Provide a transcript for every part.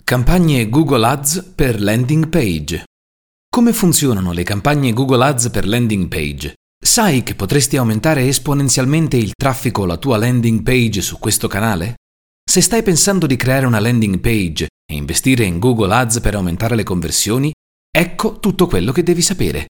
Campagne Google Ads per landing page. Come funzionano le campagne Google Ads per landing page? Sai che potresti aumentare esponenzialmente il traffico alla tua landing page su questo canale? Se stai pensando di creare una landing page e investire in Google Ads per aumentare le conversioni, ecco tutto quello che devi sapere.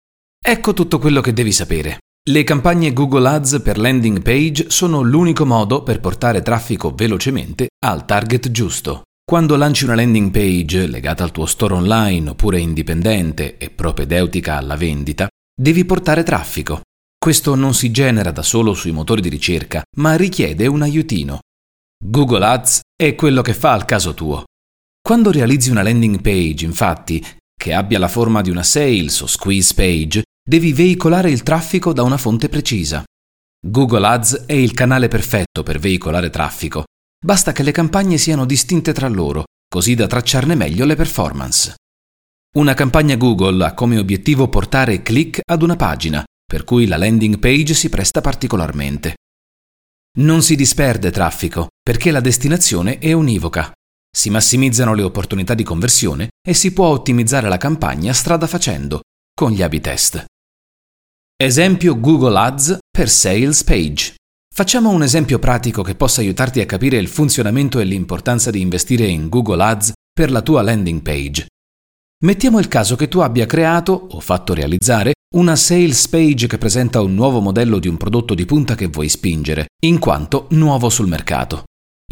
Le campagne Google Ads per landing page sono l'unico modo per portare traffico velocemente al target giusto. Quando lanci una landing page legata al tuo store online oppure indipendente e propedeutica alla vendita, devi portare traffico. Questo non si genera da solo sui motori di ricerca, ma richiede un aiutino. Google Ads è quello che fa al caso tuo. Quando realizzi una landing page, infatti, che abbia la forma di una sales o squeeze page, devi veicolare il traffico da una fonte precisa. Google Ads è il canale perfetto per veicolare traffico. Basta che le campagne siano distinte tra loro, così da tracciarne meglio le performance. Una campagna Google ha come obiettivo portare click ad una pagina, per cui la landing page si presta particolarmente. Non si disperde traffico, perché la destinazione è univoca. Si massimizzano le opportunità di conversione e si può ottimizzare la campagna strada facendo, con gli A/B test. Esempio Google Ads per Sales Page. Facciamo un esempio pratico che possa aiutarti a capire il funzionamento e l'importanza di investire in Google Ads per la tua landing page. Mettiamo il caso che tu abbia creato o fatto realizzare una sales page che presenta un nuovo modello di un prodotto di punta che vuoi spingere, in quanto nuovo sul mercato.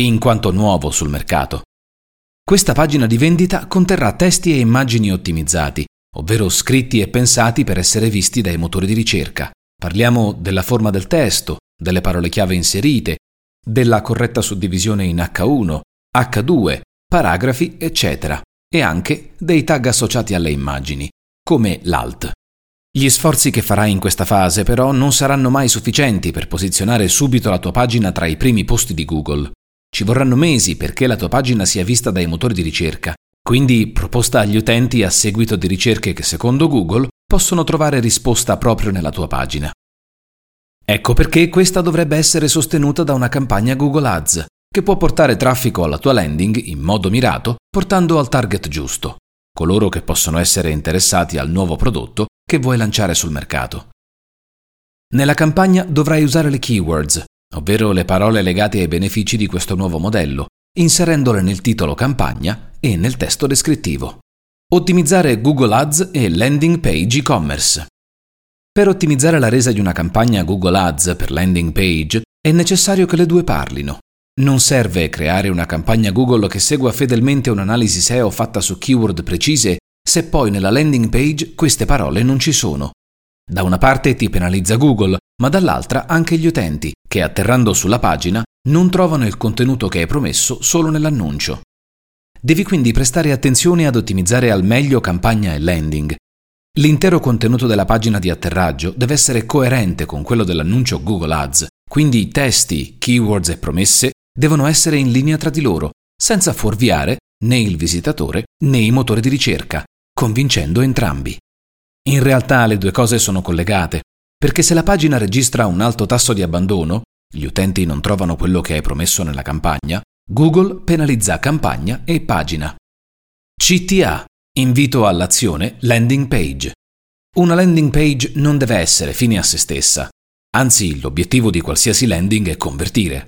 Questa pagina di vendita conterrà testi e immagini ottimizzati, ovvero scritti e pensati per essere visti dai motori di ricerca. Parliamo della forma del testo, delle parole chiave inserite, della corretta suddivisione in H1, H2, paragrafi, eccetera, e anche dei tag associati alle immagini, come l'alt. Gli sforzi che farai in questa fase però non saranno mai sufficienti per posizionare subito la tua pagina tra i primi posti di Google. Ci vorranno mesi perché la tua pagina sia vista dai motori di ricerca, quindi proposta agli utenti a seguito di ricerche che secondo Google possono trovare risposta proprio nella tua pagina. Ecco perché questa dovrebbe essere sostenuta da una campagna Google Ads, che può portare traffico alla tua landing in modo mirato, portando al target giusto, coloro che possono essere interessati al nuovo prodotto che vuoi lanciare sul mercato. Nella campagna dovrai usare le keywords, ovvero le parole legate ai benefici di questo nuovo modello, inserendole nel titolo campagna e nel testo descrittivo. Ottimizzare Google Ads e landing page e-commerce. Per ottimizzare la resa di una campagna Google Ads per landing page è necessario che le due parlino. Non serve creare una campagna Google che segua fedelmente un'analisi SEO fatta su keyword precise se poi nella landing page queste parole non ci sono. Da una parte ti penalizza Google, ma dall'altra anche gli utenti, che atterrando sulla pagina non trovano il contenuto che è promesso solo nell'annuncio. Devi quindi prestare attenzione ad ottimizzare al meglio campagna e landing. L'intero contenuto della pagina di atterraggio deve essere coerente con quello dell'annuncio Google Ads, quindi testi, keywords e promesse devono essere in linea tra di loro, senza fuorviare né il visitatore né i motori di ricerca, convincendo entrambi. In realtà le due cose sono collegate, perché se la pagina registra un alto tasso di abbandono, gli utenti non trovano quello che hai promesso nella campagna, Google penalizza campagna e pagina. CTA. Invito all'azione landing page. Una landing page non deve essere fine a se stessa, anzi l'obiettivo di qualsiasi landing è convertire.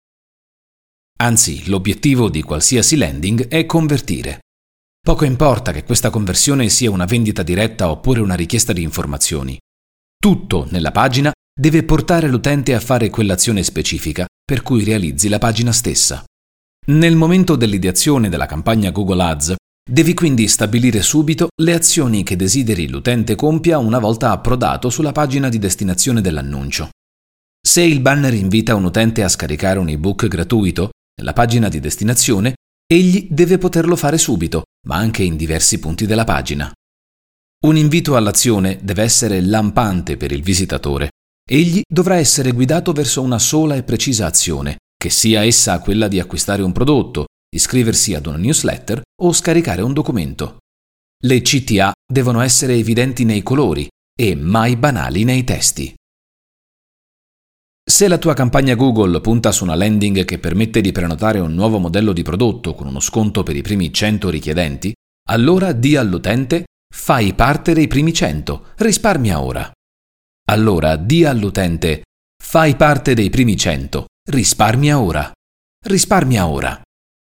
Poco importa che questa conversione sia una vendita diretta oppure una richiesta di informazioni. Tutto nella pagina deve portare l'utente a fare quell'azione specifica per cui realizzi la pagina stessa. Nel momento dell'ideazione della campagna Google Ads, devi quindi stabilire subito le azioni che desideri l'utente compia una volta approdato sulla pagina di destinazione dell'annuncio. Se il banner invita un utente a scaricare un ebook gratuito, nella pagina di destinazione, egli deve poterlo fare subito, ma anche in diversi punti della pagina. Un invito all'azione deve essere lampante per il visitatore. Egli dovrà essere guidato verso una sola e precisa azione, che sia essa quella di acquistare un prodotto, iscriversi ad una newsletter o scaricare un documento. Le CTA devono essere evidenti nei colori e mai banali nei testi. Se la tua campagna Google punta su una landing che permette di prenotare un nuovo modello di prodotto con uno sconto per i primi 100 richiedenti, allora di all'utente: fai parte dei primi 100, risparmia ora. Allora di all'utente: fai parte dei primi 100, risparmia ora. Risparmia ora.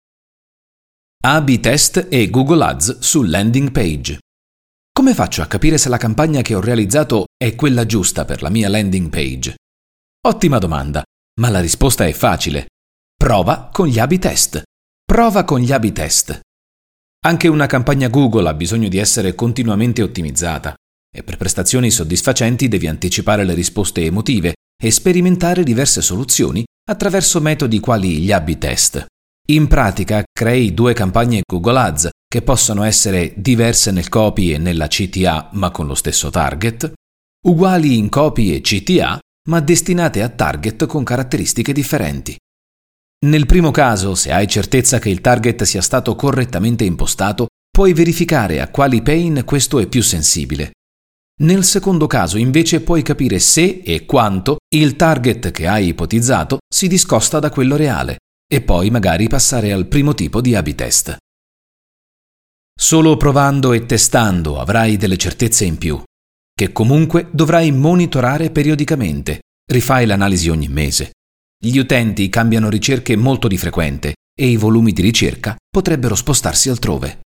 A/B test e Google Ads su landing page. Come faccio a capire se la campagna che ho realizzato è quella giusta per la mia landing page? Ottima domanda, ma la risposta è facile. Prova con gli A/B test. Prova con gli A/B test. Anche una campagna Google ha bisogno di essere continuamente ottimizzata e per prestazioni soddisfacenti devi anticipare le risposte emotive e sperimentare diverse soluzioni attraverso metodi quali gli A/B test. In pratica, crei 2 campagne Google Ads che possono essere diverse nel copy e nella CTA ma con lo stesso target, uguali in copy e CTA ma destinate a target con caratteristiche differenti. Nel primo caso, se hai certezza che il target sia stato correttamente impostato, puoi verificare a quali pain questo è più sensibile. Nel secondo caso, invece, puoi capire se e quanto il target che hai ipotizzato si discosta da quello reale e poi magari passare al primo tipo di A/B test. Solo provando e testando avrai delle certezze in più, che comunque dovrai monitorare periodicamente. Rifai l'analisi ogni mese. Gli utenti cambiano ricerche molto di frequente e i volumi di ricerca potrebbero spostarsi altrove.